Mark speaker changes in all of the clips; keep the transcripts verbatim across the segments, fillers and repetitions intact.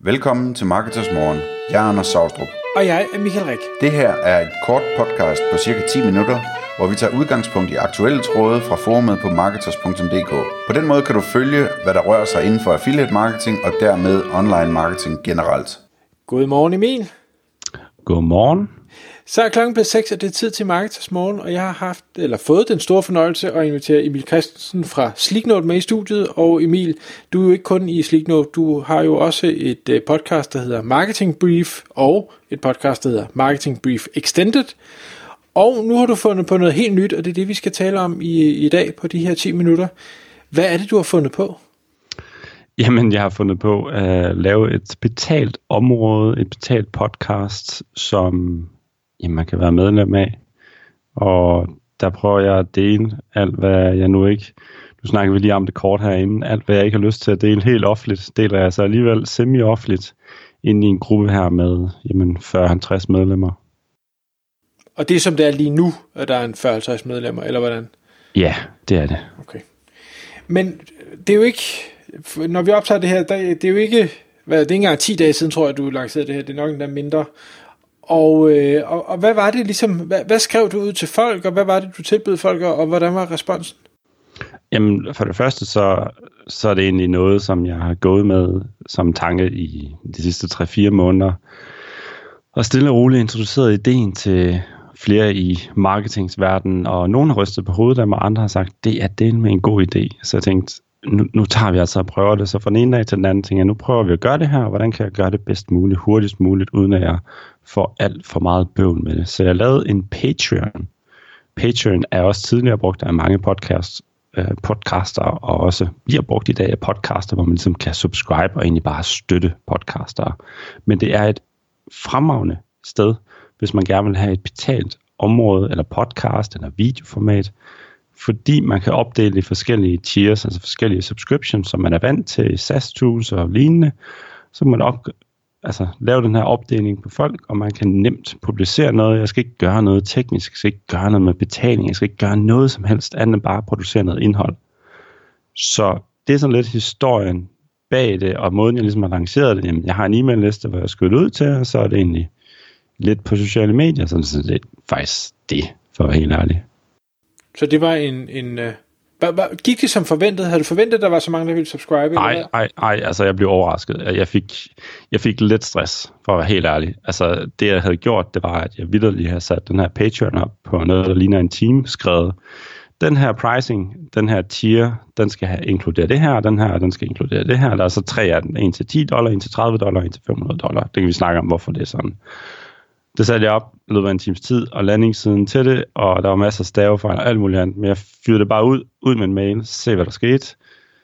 Speaker 1: Velkommen til Marketers Morgen. Jeg er Anders Saustrup.
Speaker 2: Og jeg er Michael Rik.
Speaker 1: Det her er et kort podcast på cirka ti minutter, hvor vi tager udgangspunkt i aktuelle tråde fra forumet på marketers punktum d k. På den måde kan du følge, hvad der rører sig inden for affiliate marketing og dermed online marketing generelt.
Speaker 2: Godmorgen Emil.
Speaker 3: Godmorgen.
Speaker 2: Så er klokken blevet seks, og det er tid til Marketers Morgen, og jeg har haft, eller fået den store fornøjelse at invitere Emil Christensen fra Sleeknote med i studiet. Og Emil, du er jo ikke kun i Sleeknote, du har jo også et podcast, der hedder Marketing Brief, og et podcast, der hedder Marketing Brief Extended. Og nu har du fundet på noget helt nyt, og det er det, vi skal tale om i, i dag på de her ti minutter. Hvad er det, du har fundet på?
Speaker 3: Jamen, jeg har fundet på at lave et betalt område, et betalt podcast, som jamen, man kan være medlem af. Og der prøver jeg at dele alt, hvad jeg nu ikke... Nu snakker vi lige om det kort herinde. Alt, hvad jeg ikke har lyst til at dele helt offentligt, deler jeg så alligevel semi-offentligt ind i en gruppe her med jamen, fyrre til halvtreds medlemmer.
Speaker 2: Og det er som det er lige nu, at der er en fyrre til halvtreds medlemmer, eller hvordan?
Speaker 3: Ja, det er det.
Speaker 2: Okay. Men det er jo ikke... Når vi optager det her, det er jo ikke... Hvad, det er ikke engang ti dage siden, tror jeg, du lancerede det her. Det er nok endda mindre. Og, øh, og, og hvad var det ligesom, hvad, hvad skrev du ud til folk, og hvad var det, du tilbød folk, og, og hvordan var responsen?
Speaker 3: Jamen, for det første, så, så er det egentlig noget, som jeg har gået med som tanke i de sidste tre fire måneder. Og stille og roligt introduceret ideen til flere i marketingsverdenen, og nogen har rystet på hovedet af mig, andre har sagt, det er del med en god idé. Så jeg tænkte, nu, nu tager vi altså og prøver det. Så fra den ene dag til den anden tænker jeg, nu prøver vi at gøre det her, og hvordan kan jeg gøre det bedst muligt, hurtigst muligt, uden at jeg får alt for meget bøvl med det. Så jeg lavede en Patreon. Patreon er også tidligere brugt af mange podcast, øh, podcaster, og også bliver brugt i dag af podcaster, hvor man ligesom kan subscribe og egentlig bare støtte podcaster. Men det er et fremragende sted, hvis man gerne vil have et betalt område, eller podcast, eller videoformat, fordi man kan opdele i forskellige tiers, altså forskellige subscriptions, som man er vant til, SaaS tools og lignende, så kan man op, altså, lave den her opdeling på folk, og man kan nemt publicere noget. Jeg skal ikke gøre noget teknisk, jeg skal ikke gøre noget med betaling, jeg skal ikke gøre noget som helst andet end bare producere noget indhold. Så det er sådan lidt historien bag det, og måden jeg ligesom har lanceret det. Jamen, jeg har en e-mail-liste, hvor jeg skyder ud til, og så er det egentlig lidt på sociale medier, så det er faktisk det, for at være helt ærlig.
Speaker 2: Så det var en... en uh, gik det som forventet? Havde du forventet, at der var så mange, der ville subscribe?
Speaker 3: Nej, nej, nej, altså jeg blev overrasket. Jeg fik, jeg fik lidt stress, for at være helt ærlig. Altså det, jeg havde gjort, det var, at jeg vitterligt havde sat den her Patreon op på noget, der ligner en team, skrevet, den her pricing, den her tier, den skal have inkludere det her, den her, den skal inkludere det her. Der er så tre af den, en til ti dollar, en til tredive dollar, en til fem hundrede dollar. Det kan vi snakke om, hvorfor det er sådan. Det satte jeg op i løbet af en times tid, og landingssiden til det, og der var masser af stavefejl og alt muligt andet, men jeg fyrede det bare ud, ud med en mail, se hvad der skete,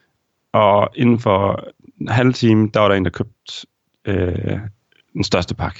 Speaker 3: og inden for en halv time, der var der en, der købte øh, den største pakke,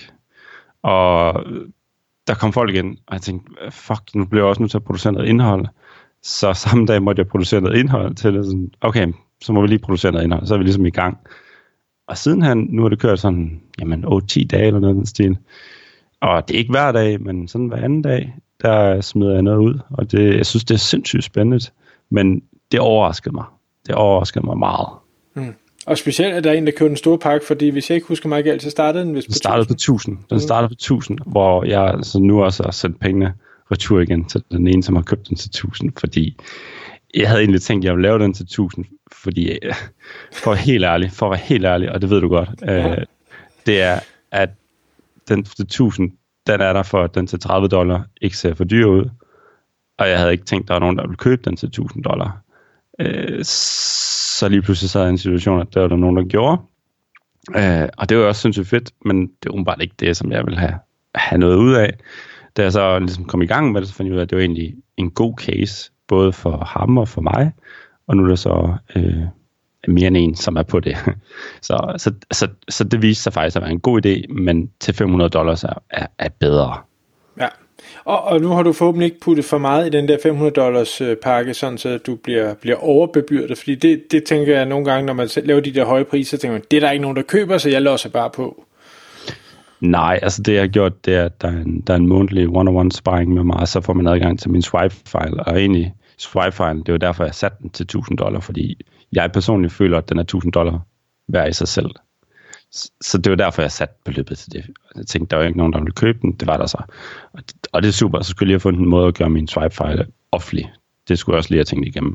Speaker 3: og der kom folk ind, og jeg tænkte, fuck, nu bliver jeg også nødt til at producere noget indhold, så samme dag måtte jeg producere noget indhold til det, sådan, okay, så må vi lige producere noget indhold, så er vi ligesom i gang, og sidenhen, nu har det kørt sådan, jamen, otte ti dage eller noget den stil. Og det er ikke hver dag, men sådan hver anden dag, der smider jeg noget ud. Og det, jeg synes, det er sindssygt spændende. Men det overraskede mig. Det overraskede mig meget.
Speaker 2: Mm. Og specielt er der en, der købte en stor pakke, fordi hvis jeg ikke husker mig galt, så startede den vist på
Speaker 3: den startede på tusind. Den startede på tusind, hvor jeg så nu også har sendt pengene retur igen til den ene, som har købt den til tusind. Fordi jeg havde egentlig tænkt, at jeg ville lave den til tusind. Fordi, for at være helt ærlig, for at være helt ærlig, og det ved du godt, ja. øh, det er, at den til tusind, den er der for, at den til tredive dollar ikke ser for dyr ud. Og jeg havde ikke tænkt, at der var nogen, der ville købe den til tusind dollar. Øh, så lige pludselig så havde jeg en situation, at der var der nogen, der gjorde. Øh, og det var også sindssygt fedt, men det er umiddelbart ikke det, som jeg ville have, have noget ud af. Da jeg så ligesom kom i gang med det, så fandt jeg ud af, at det var egentlig en god case, både for ham og for mig. Og nu er der så... Øh, mere end en, som er på det. Så, så, så, så det viste sig faktisk at være en god idé, men til fem hundrede dollars er, er, er bedre.
Speaker 2: Ja, og, og nu har du forhåbentlig ikke puttet for meget i den der fem hundrede dollars pakke, sådan så du bliver, bliver overbebyrdet, fordi det, det tænker jeg nogle gange, når man laver de der høje priser, så tænker man, det er der ikke nogen, der køber, så jeg låser bare på.
Speaker 3: Nej, altså det jeg har gjort, det er, at der er en, der er en månedlig one-on-one sparring med mig, og så får man adgang til min swipe-file, og egentlig swipe-file, det er jo derfor, jeg satte den til tusind dollar, fordi jeg personligt føler, at den er tusind dollar hver i sig selv. Så det var derfor, jeg satte beløbet til det. Jeg tænkte, der var ikke nogen, der ville købe den. Det var der så. Og det, og det er super. Så skulle jeg lige have fundet en måde at gøre min swipe-fejl offentlig. Det skulle jeg også lige have tænkt igennem.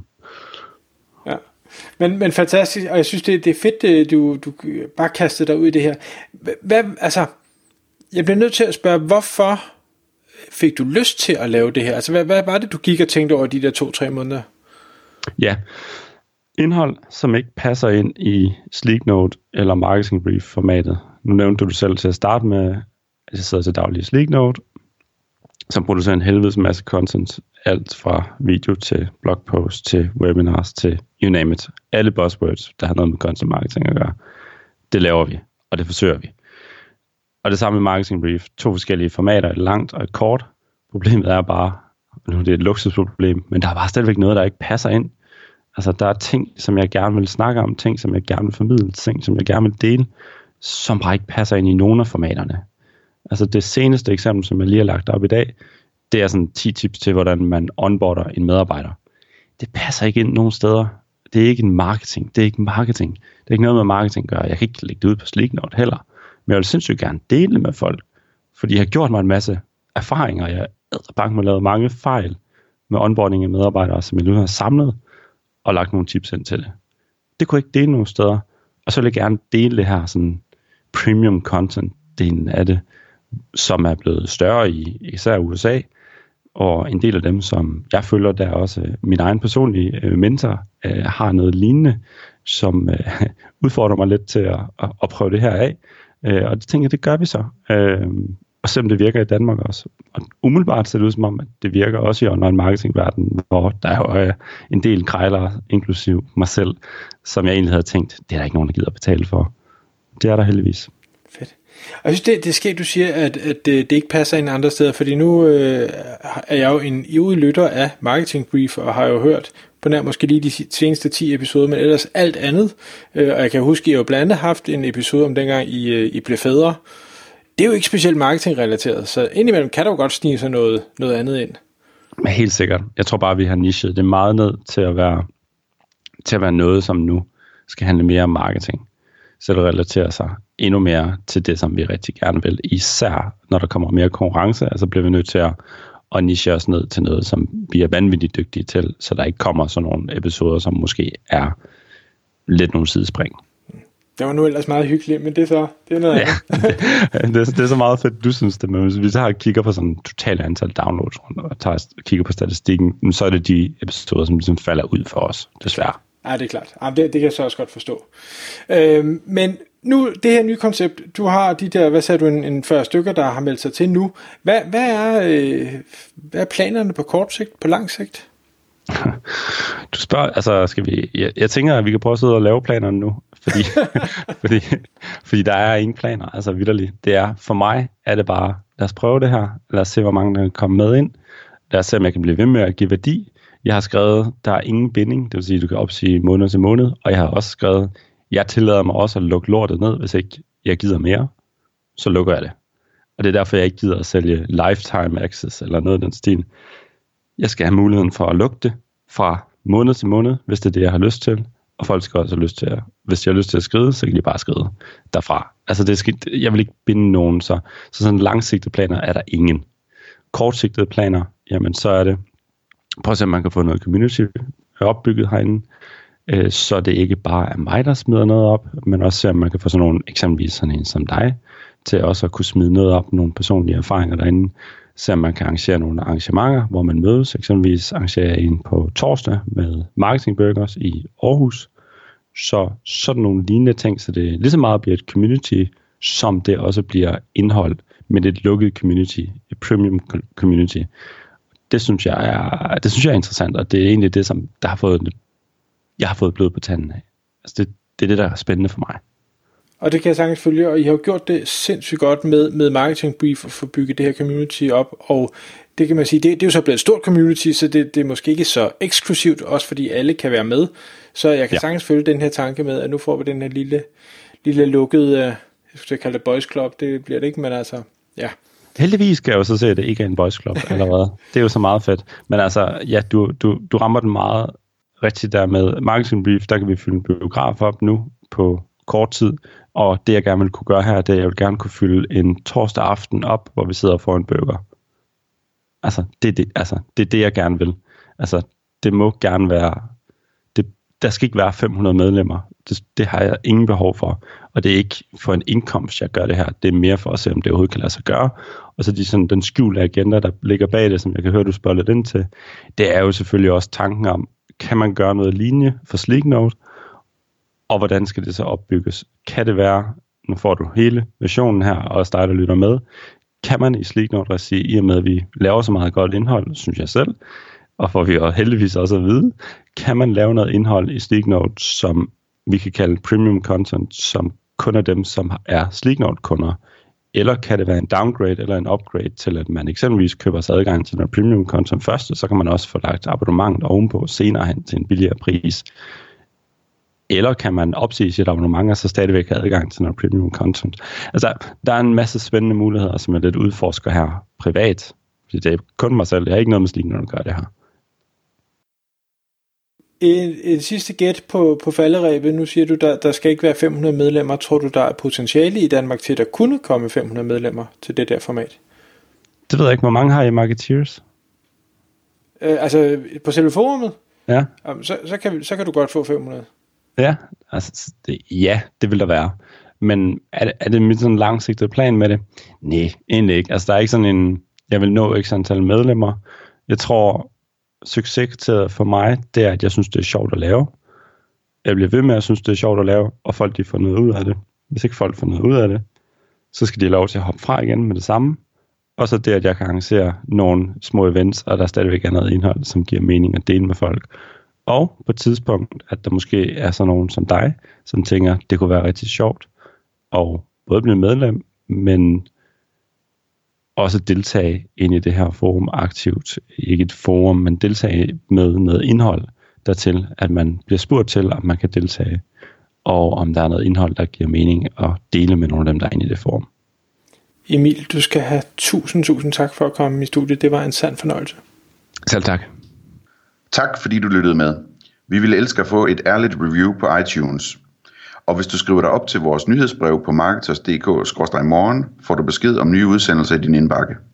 Speaker 2: Ja, men, men fantastisk. Og jeg synes, det, det er fedt, du, du bare kastede dig ud i det her. Hvad, altså, jeg bliver nødt til at spørge, hvorfor fik du lyst til at lave det her? Altså, hvad, hvad var det, du gik og tænkte over de der to-tre måneder?
Speaker 3: Ja, indhold, som ikke passer ind i Sleeknote eller Marketing Brief formatet. Nu nævnte du selv til at starte med, at jeg sidder til daglig i Sleeknote, som producerer en helvedes masse content. Alt fra video til blogpost til webinars til you name it. Alle buzzwords, der har noget med content marketing at gøre. Det laver vi, og det forsøger vi. Og det samme med Marketing Brief. To forskellige formater, et langt og et kort. Problemet er bare, nu er det et luksusproblem, men der er bare stadigvæk noget, der ikke passer ind. Altså, der er ting, som jeg gerne vil snakke om, ting, som jeg gerne vil formidle, ting, som jeg gerne vil dele, som bare ikke passer ind i nogen af formaterne. Altså, det seneste eksempel, som jeg lige har lagt op i dag, det er sådan ti tips til, hvordan man onboarder en medarbejder. Det passer ikke ind nogen steder. Det er ikke en marketing. Det er ikke marketing. Det er ikke noget med marketing at gøre. Jeg kan ikke lægge det ud på Sleeknote heller. Men jeg vil sindssygt gerne dele det med folk. Fordi jeg har gjort mig en masse erfaringer. Jeg har banket lavet mange fejl med onboarding af medarbejdere, som jeg nu har samlet og lagt nogle tips ind til det. Det kunne jeg ikke dele nogen steder. Og så vil jeg gerne dele det her sådan premium content delen af det, som er blevet større i især U S A, og en del af dem, som jeg føler, der også min egen personlige mentor øh, har noget lignende, som øh, udfordrer mig lidt til at, at, at prøve det her af. Øh, og det tænker jeg, det gør vi så. Øh, og selvom det virker i Danmark også. Og umiddelbart ser det ud som om, at det virker også i online marketing-verdenen, hvor der jo er en del krejlere, inklusiv mig selv, som jeg egentlig havde tænkt, det er der ikke nogen, der gider at betale for. Det er der heldigvis.
Speaker 2: Fedt. Og jeg synes, det, det er sket, du siger, at, at det, det ikke passer ind andre steder, fordi nu øh, er jeg jo en ivrig lytter af Marketing Brief, og har jo hørt på nær måske lige de seneste ti episoder, men ellers alt andet. Øh, og jeg kan huske, at jeg jo blandt andet haft en episode om dengang, I, I blev fædre. Det er jo ikke specielt marketingrelateret, så indimellem kan der jo godt snige sig noget, noget andet ind.
Speaker 3: Men helt sikkert. Jeg tror bare, at vi har nichet det meget ned til at være, til at være noget, som nu skal handle mere om marketing. Så det relaterer sig endnu mere til det, som vi rigtig gerne vil. Især når der kommer mere konkurrence, altså bliver vi nødt til at, at niche os ned til noget, som vi er vanvittigt dygtige til, så der ikke kommer sådan nogle episoder, som måske er lidt nogle sidespring.
Speaker 2: Det var nu ellers meget hyggeligt, men det er så det er noget
Speaker 3: ja, det, det, er, det er så meget fedt, du synes det, men hvis vi så har kigger på sådan totalt antal downloads og tager, kigger på statistikken, så er det de episoder, som ligesom falder ud for os, desværre.
Speaker 2: Ja, det er klart. Ja, det, det kan jeg så også godt forstå. Øhm, men nu, det her nye koncept, du har de der, hvad sagde du, en, en fyrre stykker, der har meldt sig til nu. Hvad, hvad, er, øh, hvad er planerne på kort sigt, på lang sigt?
Speaker 3: Du spørger, altså skal vi, jeg, jeg tænker, at vi kan prøve at sidde og lave planerne nu, fordi, fordi, fordi der er ingen planer, altså vitterligt. Det er, for mig er det bare, lad os prøve det her, lad os se, hvor mange der kan komme med ind, lad os se, om jeg kan blive ved med at give værdi. Jeg har skrevet, der er ingen binding, det vil sige, du kan opsige måned til måned, og jeg har også skrevet, jeg tillader mig også at lukke lortet ned, hvis ikke jeg gider mere, så lukker jeg det. Og det er derfor, jeg ikke gider at sælge lifetime access eller noget af den stil. Jeg skal have muligheden for at lukke det fra måned til måned, hvis det er det, jeg har lyst til. Og folk skal også have lyst til at, hvis de har lyst til at skride, så kan de bare skride derfra. Altså, det skal, jeg vil ikke binde nogen, så, så sådan langsigtede planer er der ingen. Kortsigtede planer, jamen så er det, prøv at se, om man kan få noget community opbygget herinde, øh, så det ikke bare er mig, der smider noget op, men også se, om man kan få sådan nogle, eksempelvis sådan en som dig, til også at kunne smide noget op, nogle personlige erfaringer derinde, så man kan arrangere nogle arrangementer, hvor man mødes. Eksempelvis arrangerer jeg en på torsdag med Marketing Burgers i Aarhus. Så sådan nogle lignende ting, så det lige så meget bliver et community, som det også bliver indhold, men et lukket community, et premium community. Det synes jeg er, det synes jeg er interessant, og det er egentlig det, som der har fået, jeg har fået blod på tanden af. Altså det, det er det, der er spændende for mig.
Speaker 2: Og det kan jeg sagtens følge, og I har jo gjort det sindssygt godt med, med Marketing Brief at få bygget det her community op, og det kan man sige, det, det er jo så blevet et stort community, så det, det er måske ikke så eksklusivt, også fordi alle kan være med, så jeg kan ja. sagtens følge den her tanke med, at nu får vi den her lille, lille lukkede, jeg skulle kalde det boys club, det bliver det ikke, men altså, ja.
Speaker 3: Heldigvis kan jeg jo så se, at det ikke er en boys club allerede. Det er jo så meget fedt, men altså, ja, du, du, du rammer den meget rigtigt der med Marketing Brief, der kan vi fylde en biograf op nu på kort tid. Og det jeg gerne vil kunne gøre her, det er, at jeg vil gerne kunne fylde en torsdag aften op, hvor vi sidder og får en burger. Altså, det er det, altså, det, er det jeg gerne vil. Altså, det må gerne være, det, der skal ikke være fem hundrede medlemmer. Det, det har jeg ingen behov for. Og det er ikke for en indkomst, jeg gør det her. Det er mere for at se, om det overhovedet kan lade sig gøre. Og så de, sådan, den skjulte agenda, der ligger bag det, som jeg kan høre, du spørger lidt ind til, det er jo selvfølgelig også tanken om, kan man gøre noget lignende for Sleeknote? Og hvordan skal det så opbygges? Kan det være, nu får du hele versionen her, og også dig, der lytter med, kan man i Sleeknote-regi, i og med at vi laver så meget godt indhold, synes jeg selv, og får vi jo heldigvis også at vide, kan man lave noget indhold i Sleeknote, som vi kan kalde premium content, som kun er dem, som er Sleeknote-kunder, eller kan det være en downgrade eller en upgrade til, at man eksempelvis køber sig adgang til noget premium content først, og så kan man også få lagt abonnement ovenpå senere hen til en billigere pris. Eller kan man opsige sit abonnement, og så stadigvæk have adgang til noget premium content. Altså, der er en masse spændende muligheder, som jeg lidt udforsker her privat. Fordi det er kun mig selv. Jeg har ikke noget med Sleeknote at gøre det her.
Speaker 2: Et, et sidste gæt på, på falderæbet. Nu siger du, der, der skal ikke være fem hundrede medlemmer. Tror du, der er potentiale i Danmark til, at der kunne komme fem hundrede medlemmer til det der format?
Speaker 3: Det ved jeg ikke. Hvor mange har I Marketeers?
Speaker 2: Øh, altså, på selve forumet?
Speaker 3: Ja.
Speaker 2: Så, så, kan vi, så kan du godt få fem hundrede.
Speaker 3: Ja, altså, det, ja, det vil der være. Men er det, er det mit sådan langsigtede plan med det? Nej, egentlig ikke. Altså, der er ikke sådan en, jeg vil nå ikke sådan antal medlemmer. Jeg tror, succeskriteriet for mig, det er, at jeg synes, det er sjovt at lave. Jeg bliver ved med at synes, det er sjovt at lave, og folk de får noget ud af det. Hvis ikke folk får noget ud af det, så skal de have lov til at hoppe fra igen med det samme. Og så det, at jeg kan arrangere nogle små events, og der stadigvæk er noget indhold, som giver mening at dele med folk. Og på et tidspunkt, at der måske er sådan nogen som dig, som tænker, det kunne være rigtig sjovt, og både blive medlem, men også deltage ind i det her forum aktivt. Ikke et forum, men deltage med noget indhold dertil, at man bliver spurgt til, om man kan deltage, og om der er noget indhold, der giver mening at dele med nogle af dem, der er inde i det forum.
Speaker 2: Emil, du skal have tusind, tusind tak for at komme i studiet. Det var en sand fornøjelse.
Speaker 3: Selv tak.
Speaker 1: Tak fordi du lyttede med. Vi ville elske at få et ærligt review på iTunes. Og hvis du skriver dig op til vores nyhedsbrev på marketers punktum d k skråstreg morgen, får du besked om nye udsendelser i din indbakke.